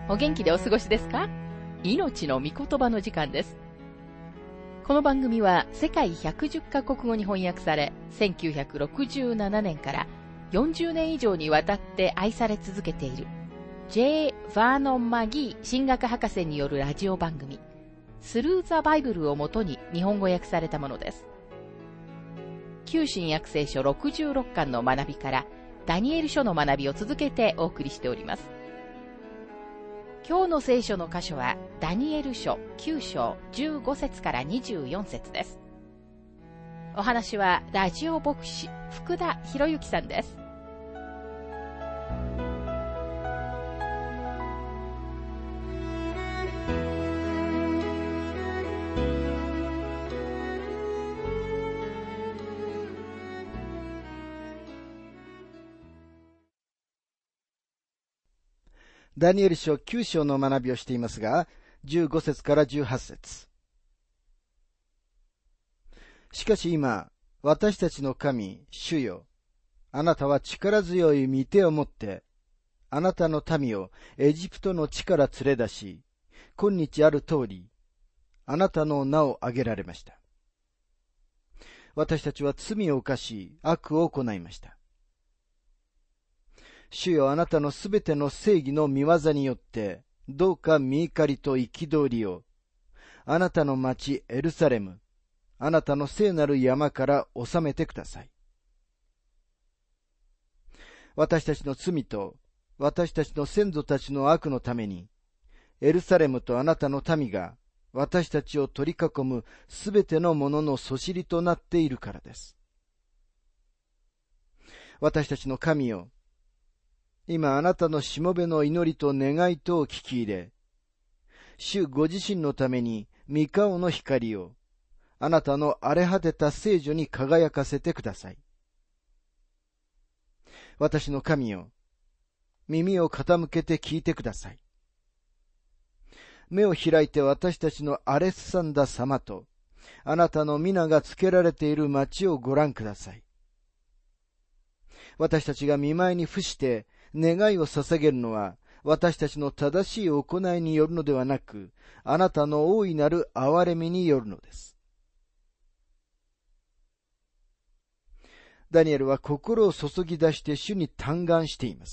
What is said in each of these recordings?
お元気でお過ごしですか？命の御言葉の時間です。この番組は世界110カ国語に翻訳され、1967年から40年以上にわたって愛され続けている J. バーノン・マギー神学博士によるラジオ番組スルー・ザ・バイブルをもとに日本語訳されたものです。旧新約聖書66巻の学びからダニエル書の学びを続けてお送りしております。今日の聖書の箇所はダニエル書9章15節から24節です。お話はラジオ牧師福田博之さんです。 ダニエル書9章の学びをしていますが、15節から18節。しかし今、私たちの神、主よ、あなたは力強い御手を持って、あなたの民をエジプトの地から連れ出し、今日ある通り、あなたの名を挙げられました。私たちは罪を犯し、悪を行いました。主よ、あなたのすべての正義の見業によって、どうか御怒りと憤りを、あなたの町エルサレム、あなたの聖なる山から収めてください。私たちの罪と、私たちの先祖たちの悪のために、エルサレムとあなたの民が、私たちを取り囲むすべてのもののそしりとなっているからです。私たちの神よ、今あなたのしもべの祈りと願いとを聞き入れ、主ご自身のために御顔の光を、あなたの荒れ果てた聖女に輝かせてください。私の神よ、耳を傾けて聞いてください。目を開いて私たちの荒れすさんだ様と、あなたの皆がつけられている町をご覧ください。私たちが御前に伏して、願いを捧げるのは、私たちの正しい行いによるのではなく、あなたの大いなる憐れみによるのです。ダニエルは心を注ぎ出して主に嘆願しています。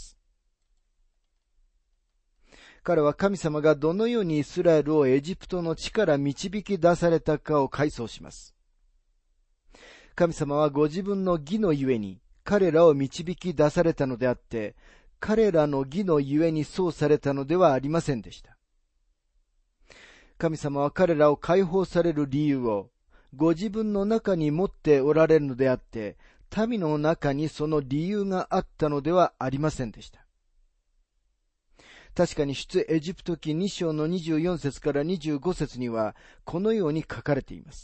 彼は神様がどのようにイスラエルをエジプトの地から導き出されたかを回想します。神様はご自分の義のゆえに彼らを導き出されたのであって、彼らの義のゆえにそうされたのではありませんでした。神様は彼らを解放される理由をご自分の中に持っておられるのであって、民の中にその理由があったのではありませんでした。確かに出エジプト記2章の24節から25節にはこのように書かれています。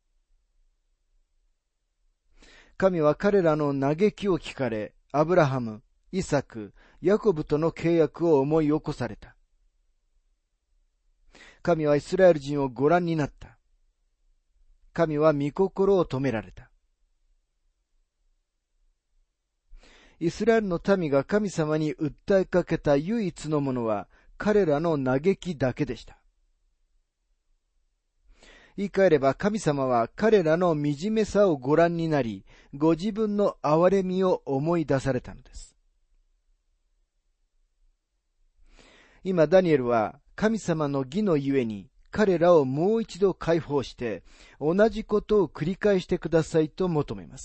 神は彼らの嘆きを聞かれ、アブラハム、イサク、ヤコブとの契約を思い起こされた。神はイスラエル人をご覧になった。神は御心を止められた。イスラエルの民が神様に訴えかけた唯一のものは彼らの嘆きだけでした。言い換えれば神様は彼らの惨めさをご覧になり、ご自分の憐れみを思い出されたのです。今ダニエルは神様の義のゆえに彼らをもう一度解放して同じことを繰り返してくださいと求めます。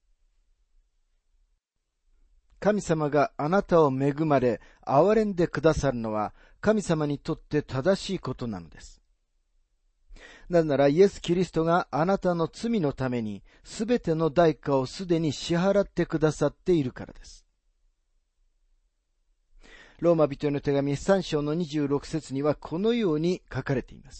神様があなたを恵まれ憐れんでくださるのは神様にとって正しいことなのです。なぜならイエス・キリストがあなたの罪のためにすべての代価をすでに支払ってくださっているからです。ローマ人への手紙3章の26節にはこのように書かれています。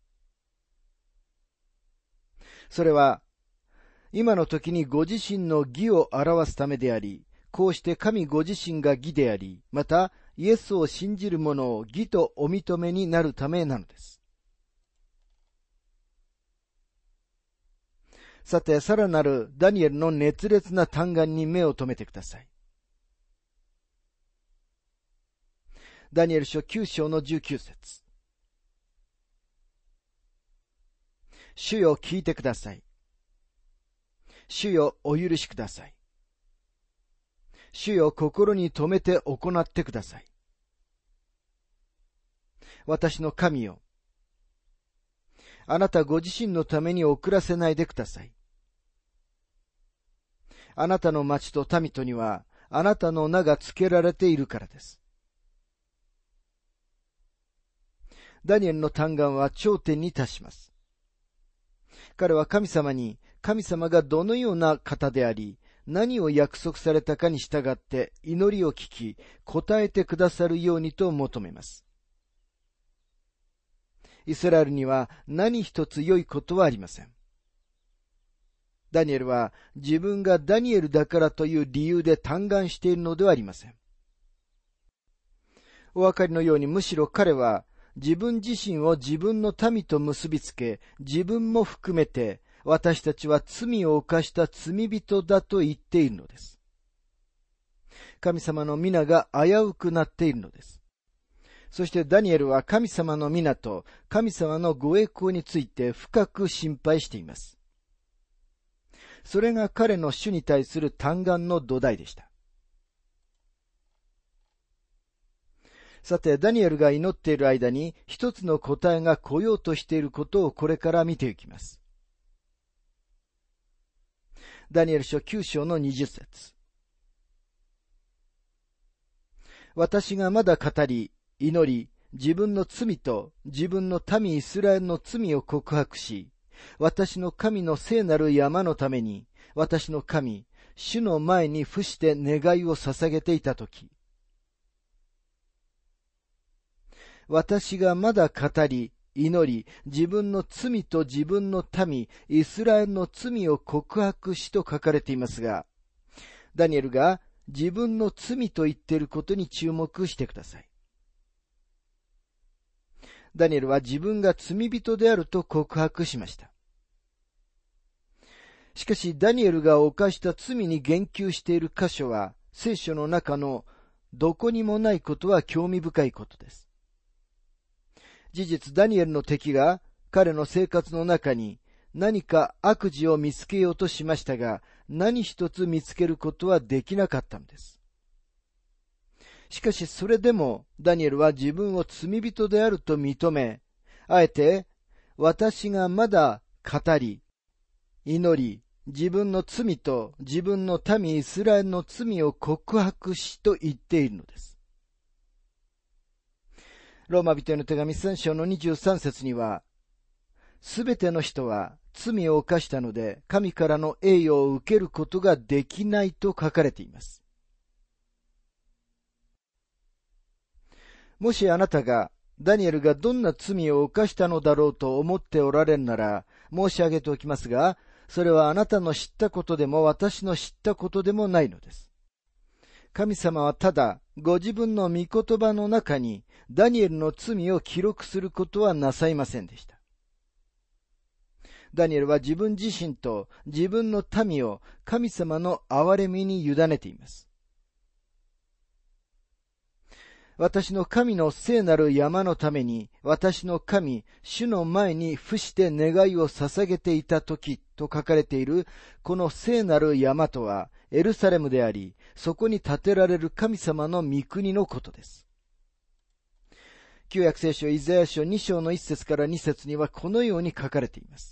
それは、今の時にご自身の義を表すためであり、こうして神ご自身が義であり、またイエスを信じる者を義とお認めになるためなのです。さて、さらなるダニエルの熱烈な嘆願に目を留めてください。 ダニエル書9章の19節。主よ聞いてください。主よお許しください。主よ心に留めて行ってください。私の神よ、あなたご自身のために遅らせないでください。あなたの町と民とにはあなたの名が付けられているからです。ダニエルの嘆願は頂点に達します。彼は神様に、神様がどのような方であり、何を約束されたかに従って祈りを聞き、答えてくださるようにと求めます。イスラエルには何一つ良いことはありません。ダニエルは自分がダニエルだからという理由で嘆願しているのではありません。お分かりのように、むしろ彼は自分自身を自分の民と結びつけ、自分も含めて私たちは罪を犯した罪人だと言っているのです。神様の皆が危うくなっているのです。そしてダニエルは神様の皆と神様のご栄光について深く心配しています。それが彼の主に対する嘆願の土台でした。さて、ダニエルが祈っている間に一つの答えが来ようとしていることをこれから見ていきます。ダニエル書9章の20節。私がまだ語り、祈り、自分の罪と自分の民イスラエルの罪を告白し、私の神の聖なる山のために、私の神、主の前に伏して願いを捧げていたとき、私がまだ語り、祈り、自分の罪と自分の民、イスラエルの罪を告白しと書かれていますが、ダニエルが自分の罪と言っていることに注目してください。ダニエルは自分が罪人であると告白しました。しかし、ダニエルが犯した罪に言及している箇所は、聖書の中のどこにもないことは興味深いことです。事実、ダニエルの敵が彼の生活の中に何か悪事を見つけようとしましたが、何一つ見つけることはできなかったのです。しかしそれでもダニエルは自分を罪人であると認め、あえて私がまだ語り、祈り、自分の罪と自分の民イスラエルの罪を告白しと言っているのです。ローマ人への手紙3章の23節には、すべての人は罪を犯したので神からの栄誉を受けることができないと書かれています。もしあなたがダニエルがどんな罪を犯したのだろうと思っておられるなら申し上げておきますが、それはあなたの知ったことでも私の知ったことでもないのです。神様はただご自分の御言葉の中にダニエルの罪を記録することはなさいませんでした。ダニエルは自分自身と自分の民を神様の憐れみに委ねています。私の神の聖なる山のために私の神、主の前に伏して願いを捧げていた時と書かれているこの聖なる山とはエルサレムであり、そこに建てられる神様の御国のことです。旧約聖書イザヤ書2章の1節から2節にはこのように書かれています。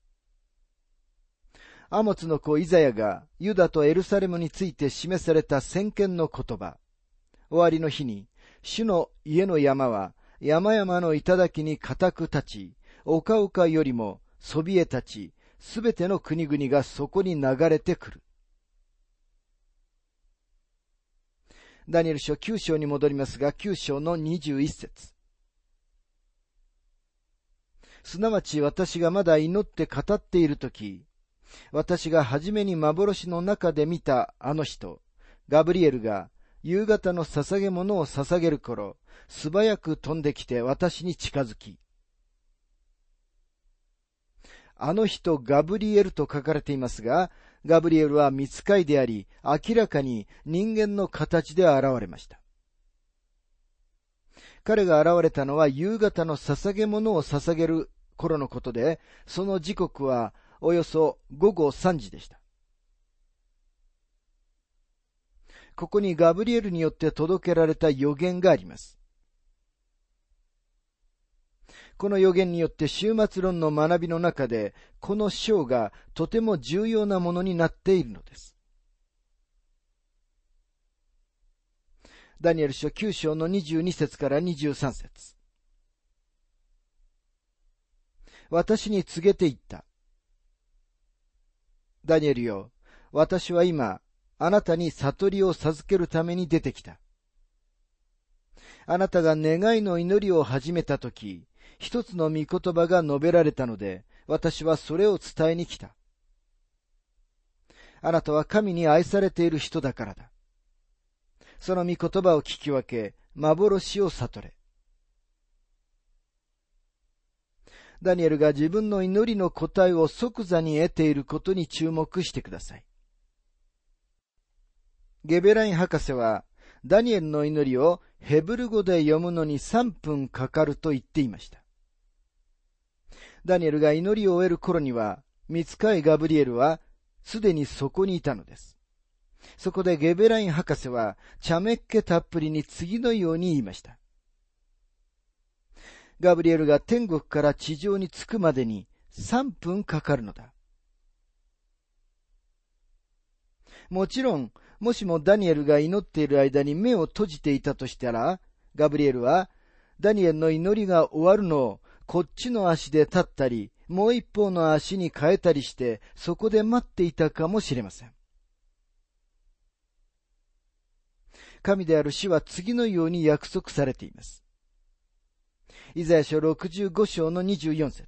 アモツの子イザヤがユダとエルサレムについて示された先見の言葉。終わりの日に、主の家の山は山々の頂に固く立ち、丘々よりもそびえ立ち、すべての国々がそこに流れてくる。ダニエル書9章に戻りますが、9章の21節。すなわち私がまだ祈って語っているとき、私が初めに幻の中で見たあの人、ガブリエルが夕方の捧げ物を捧げる頃、素早く飛んできて私に近づき、あの人ガブリエルと書かれていますが、ガブリエルは御使いであり、明らかに人間の形で現れました。 彼が現れたのは夕方の捧げ物を捧げる頃のことで、その時刻はおよそ午後3時でした。ここにガブリエルによって届けられた予言があります。この予言によって終末論の学びの中で、この章がとても重要なものになっているのです。ダニエル書9章の22節から23節。私に告げて言った。ダニエルよ、私は今、あなたに悟りを授けるために出てきた。あなたが願いの祈りを始めたとき、一つの御言葉が述べられたので、私はそれを伝えに来た。あなたは神に愛されている人だからだ。その御言葉を聞き分け、幻を悟れ。ダニエルが自分の祈りの答えを即座に得ていることに注目してください。ゲベライン博士は、ダニエルの祈りをヘブル語で読むのに3分かかると言っていました。ダニエルが祈りを終える頃には、御使いガブリエルはすでにそこにいたのです。そこでゲベライン博士は茶目っ気たっぷりに次のように言いました。ガブリエルが天国から地上に着くまでに3分かかるのだ。もちろん、もしもダニエルが祈っている間に目を閉じていたとしたら、ガブリエルはダニエルの祈りが終わるのをこっちの足で立ったり、もう一方の足に変えたりして、そこで待っていたかもしれません。神である主は次のように約束されています。イザヤ書65章の24節。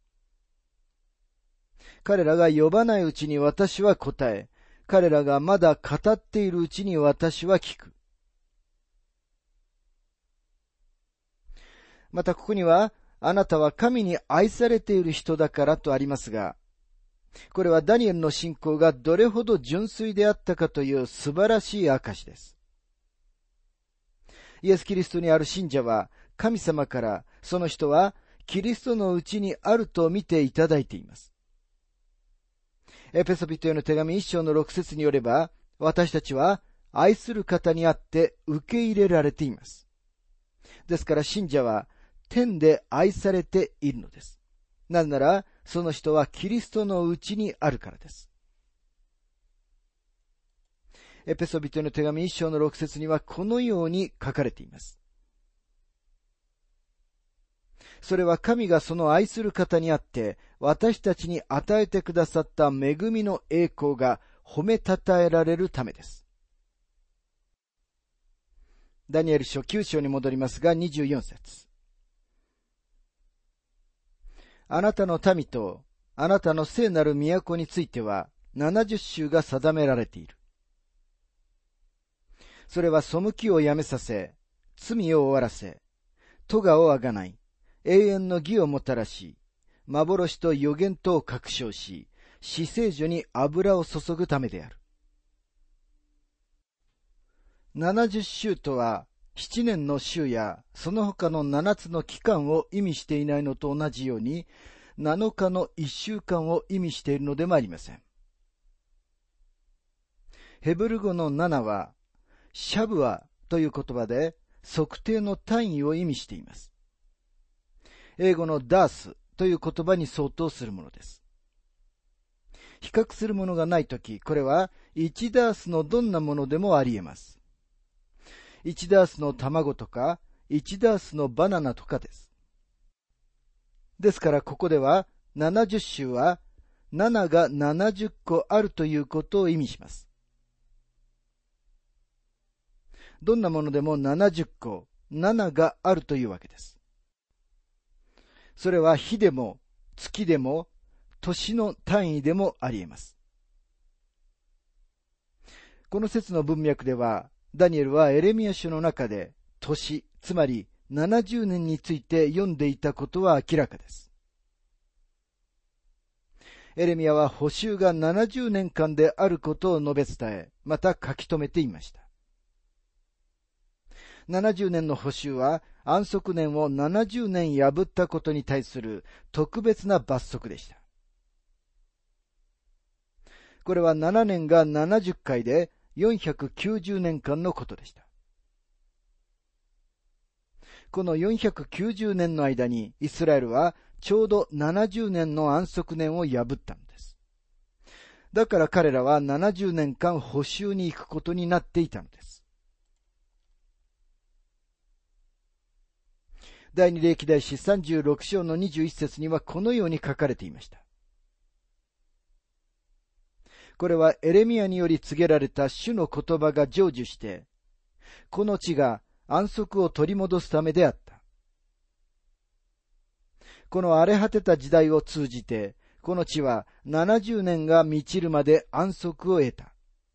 彼らが呼ばないうちに私は答え、彼らがまだ語っているうちに私は聞く。またここには、あなたは神に愛されている人だからとありますが、これはダニエルの信仰がどれほど純粋であったかという素晴らしい証です。イエス・キリストにある信者は、神様からその人はキリストのうちにあると見ていただいています。エペソビトへの手紙1章の6節によれば、私たちは愛する方にあって受け入れられています。ですから信者は天で愛されているのです。なぜなら、その人はキリストのうちにあるからです。エペソビトへの手紙1章の6節にはこのように書かれています。それは神がその愛する方にあって私たちに与えてくださった恵みの栄光が褒めたたえられるためです。ダニエル書9章に戻りますが24節。あなたの民とあなたの聖なる都については70州が定められている。それは背きをやめさせ、罪を終わらせ、咎をあがない、永遠の義をもたらし、幻と預言とを確証し、至聖所に油を注ぐためである。70週とは、7年の週やその他の7つの期間を意味していないのと同じように、7日の1週間を意味しているのでもありません。ヘブル語の7は、シャブアという言葉で測定の単位を意味しています。英語のダースという言葉に相当するものです。比較するものがないとき、これは1ダースのどんなものでもあり得ます。1ダースの卵とか、1ダースのバナナとかです。ですからここでは70週は7が70個あるということを意味します。どんなものでも70個、7があるというわけです。それは日でも、月でも、年の単位でもあり得ます。この説の文脈では、ダニエルはエレミヤ書の中で、年、つまり70年について読んでいたことは明らかです。エレミヤは補修が70年間であることを述べ伝え、また書き留めていました。70年の補修は安息年を70年破ったことに対する特別な罰則でした。これは7年が70回で490年間のことでした。この490年の間にイスラエルはちょうど70年の安息年を破ったのです。だから彼らは70年間捕囚に行くことになっていたのです。第二歴代史36章の21節にはこのように書かれていました。これはエレミヤにより告げられた主の言葉が成就して、この地が安息を取り戻すためであった。この荒れ果てた時代を通じて、この地は70年が満ちるまで安息を得た。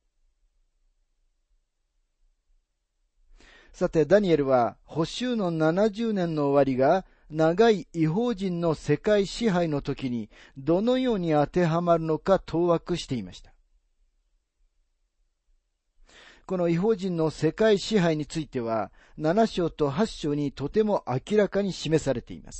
さて、ダニエルは捕囚の70年の終わりが長い異邦人の世界支配の時にどのように当てはまるのか当惑していました。この異邦人の世界支配については7章と8章にとても明らかに示されています。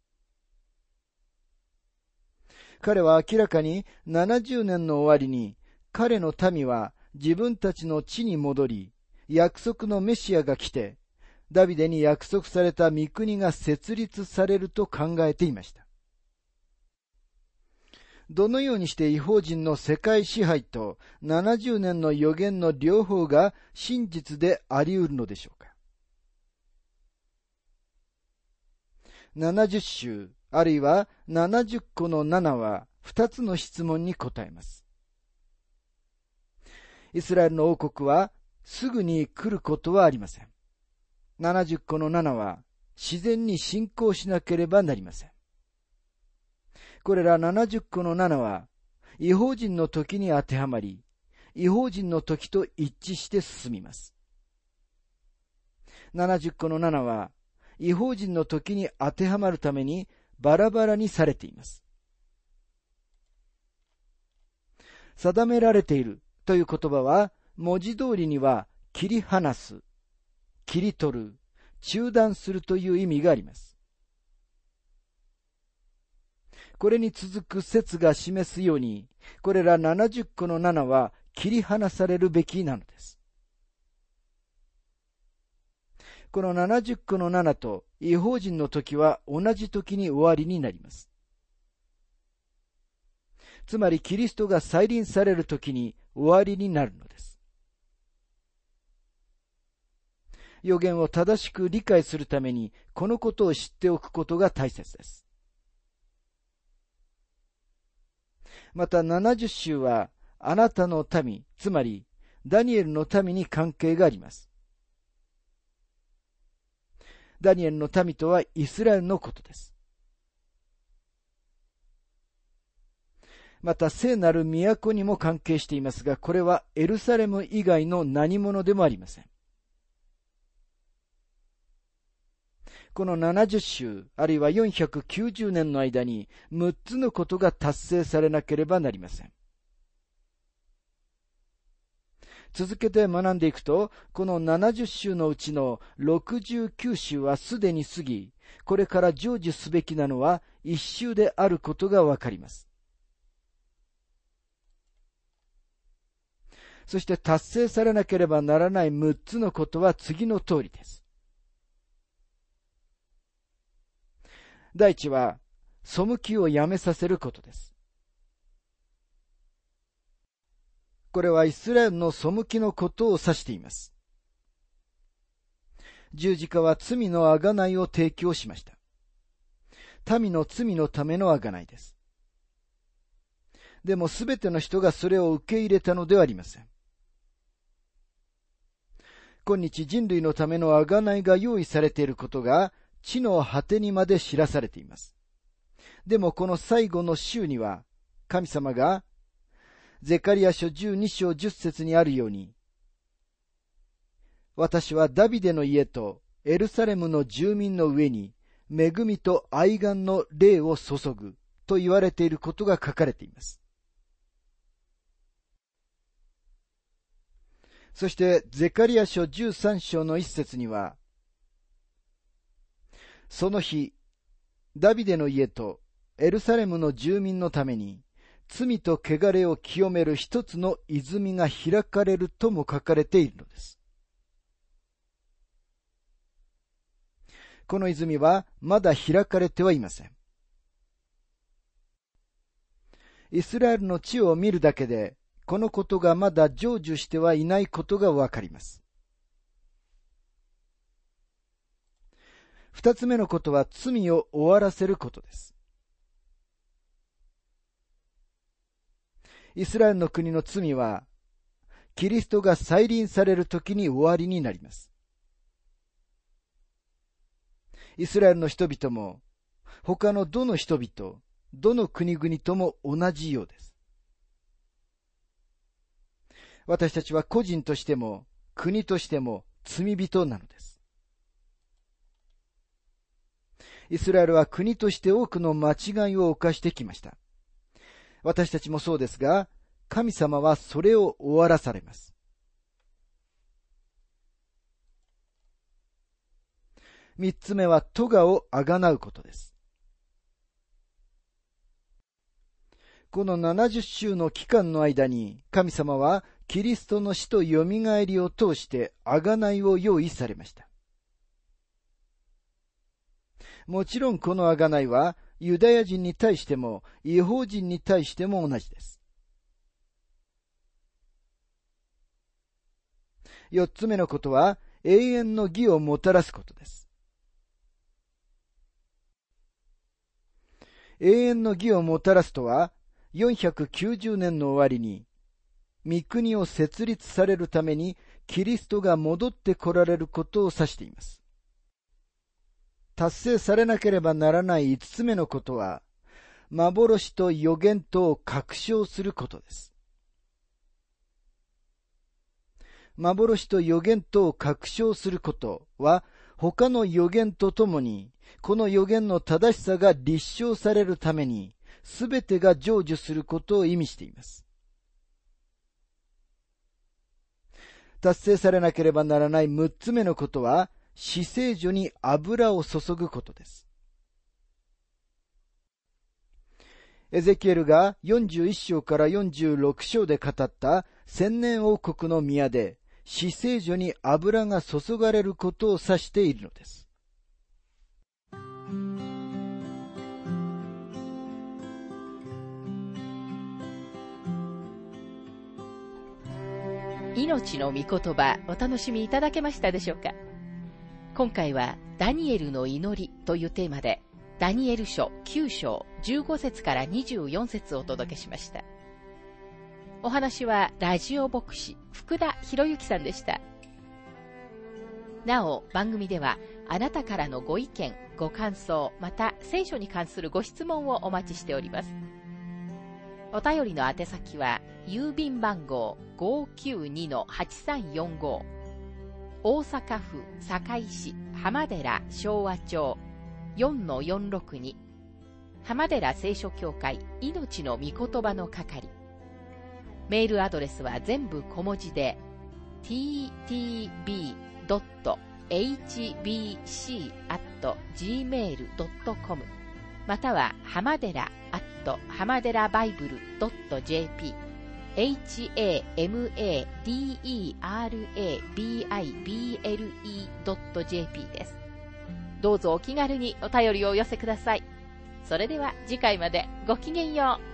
彼は明らかに70年の終わりに彼の民は自分たちの地に戻り、約束のメシアが来て、ダビデに約束された御国が設立されると考えていました。どのようにして異邦人の世界支配と70年の予言の両方が真実であり得るのでしょうか。70週あるいは70個の7は2つの質問に答えます。イスラエルの王国はすぐに来ることはありません。70個の7は自然に進行しなければなりません。これら70個の7は異邦人の時に当てはまり、異邦人の時と一致して進みます。70個の7は異邦人の時に当てはまるためにバラバラにされています。定められているという言葉は文字通りには切り離す、切り取る、中断するという意味があります。これに続く説が示すように、これら70個の7は切り離されるべきなのです。この70個の7と異邦人の時は同じ時に終わりになります。つまりキリストが再臨される時に終わりになるのです。預言を正しく理解するためにこのことを知っておくことが大切です。また70週はあなたの民、つまりダニエルの民に関係があります。ダニエルの民とはイスラエルのことです。また聖なる都にも関係していますが、これはエルサレム以外の何者でもありません。この70週、あるいは490年の間に6つのことが達成されなければなりません。続けて学んでいくと、この70週のうちの69週はすでに過ぎ、これから成就すべきなのは1週であることがわかります。そして達成されなければならない6つのことは次の通りです。第一は、背きをやめさせることです。これはイスラエルの背きのことを指しています。十字架は罪の贖いを提供しました。民の罪のための贖いです。でもすべての人がそれを受け入れたのではありません。今日人類のための贖いが用意されていることが地の果てにまで知らされています。でもこの最後の週には神様がゼカリヤ書12章10節にあるように、私はダビデの家とエルサレムの住民の上に恵みと愛願の霊を注ぐと言われていることが書かれています。そしてゼカリヤ書13章の一節には、 その日、ダビデの家とエルサレムの住民のために、罪と汚れを清める一つの泉が開かれるとも書かれているのです。この泉はまだ開かれてはいません。イスラエルの地を見るだけで、このことがまだ成就してはいないことがわかります。二つ目のことは罪を終わらせることです。イスラエルの国の罪は、キリストが再臨されるときに終わりになります。イスラエルの人々も、他のどの人々、どの国々とも同じようです。私たちは個人としても、国としても罪人なのです。イスラエルは国として多くの間違いを犯してきました。私たちもそうですが、神様はそれを終わらされます。三つ目は咎をあがなうことです。この70週の期間の間に、神様はキリストの死とよみがえりを通してあがないを用意されました。もちろんこのあがないはユダヤ人に対しても異邦人に対しても同じです。四つ目のことは永遠の義をもたらすことです。永遠の義をもたらすとは、490年の終わりに、御国を設立されるためにキリストが戻って来られることを指しています。達成されなければならない五つ目のことは、幻と預言とを確証することです。幻と預言とを確証することは、他の預言とともに、この預言の正しさが立証されるために、すべてが成就することを意味しています。達成されなければならない6つ目のことは、至聖所に油を注ぐことです。エゼキエルが41章から46章で語った千年王国の宮で、至聖所に油が注がれることを指しているのです。 命の御言葉、お楽しみいただけましたでしょうか。今回はダニエルの祈りというテーマで、ダニエル書9章15節から24節をお届けしました。お話はラジオ牧師福田博之さんでした。なお、番組ではあなたからのご意見、ご感想、また聖書に関するご質問をお待ちしております。お便りの宛先は、郵便番号 592-8345 大阪府堺市浜寺昭和町 4-462 浜寺聖書協会命の御言葉の係。メールアドレスは全部小文字で ttb.hbc@gmail.com または浜寺浜寺バイブル .jp hamaderabible.jp です。どうぞお気軽にお便りをお寄せください。それでは次回までごきげんよう。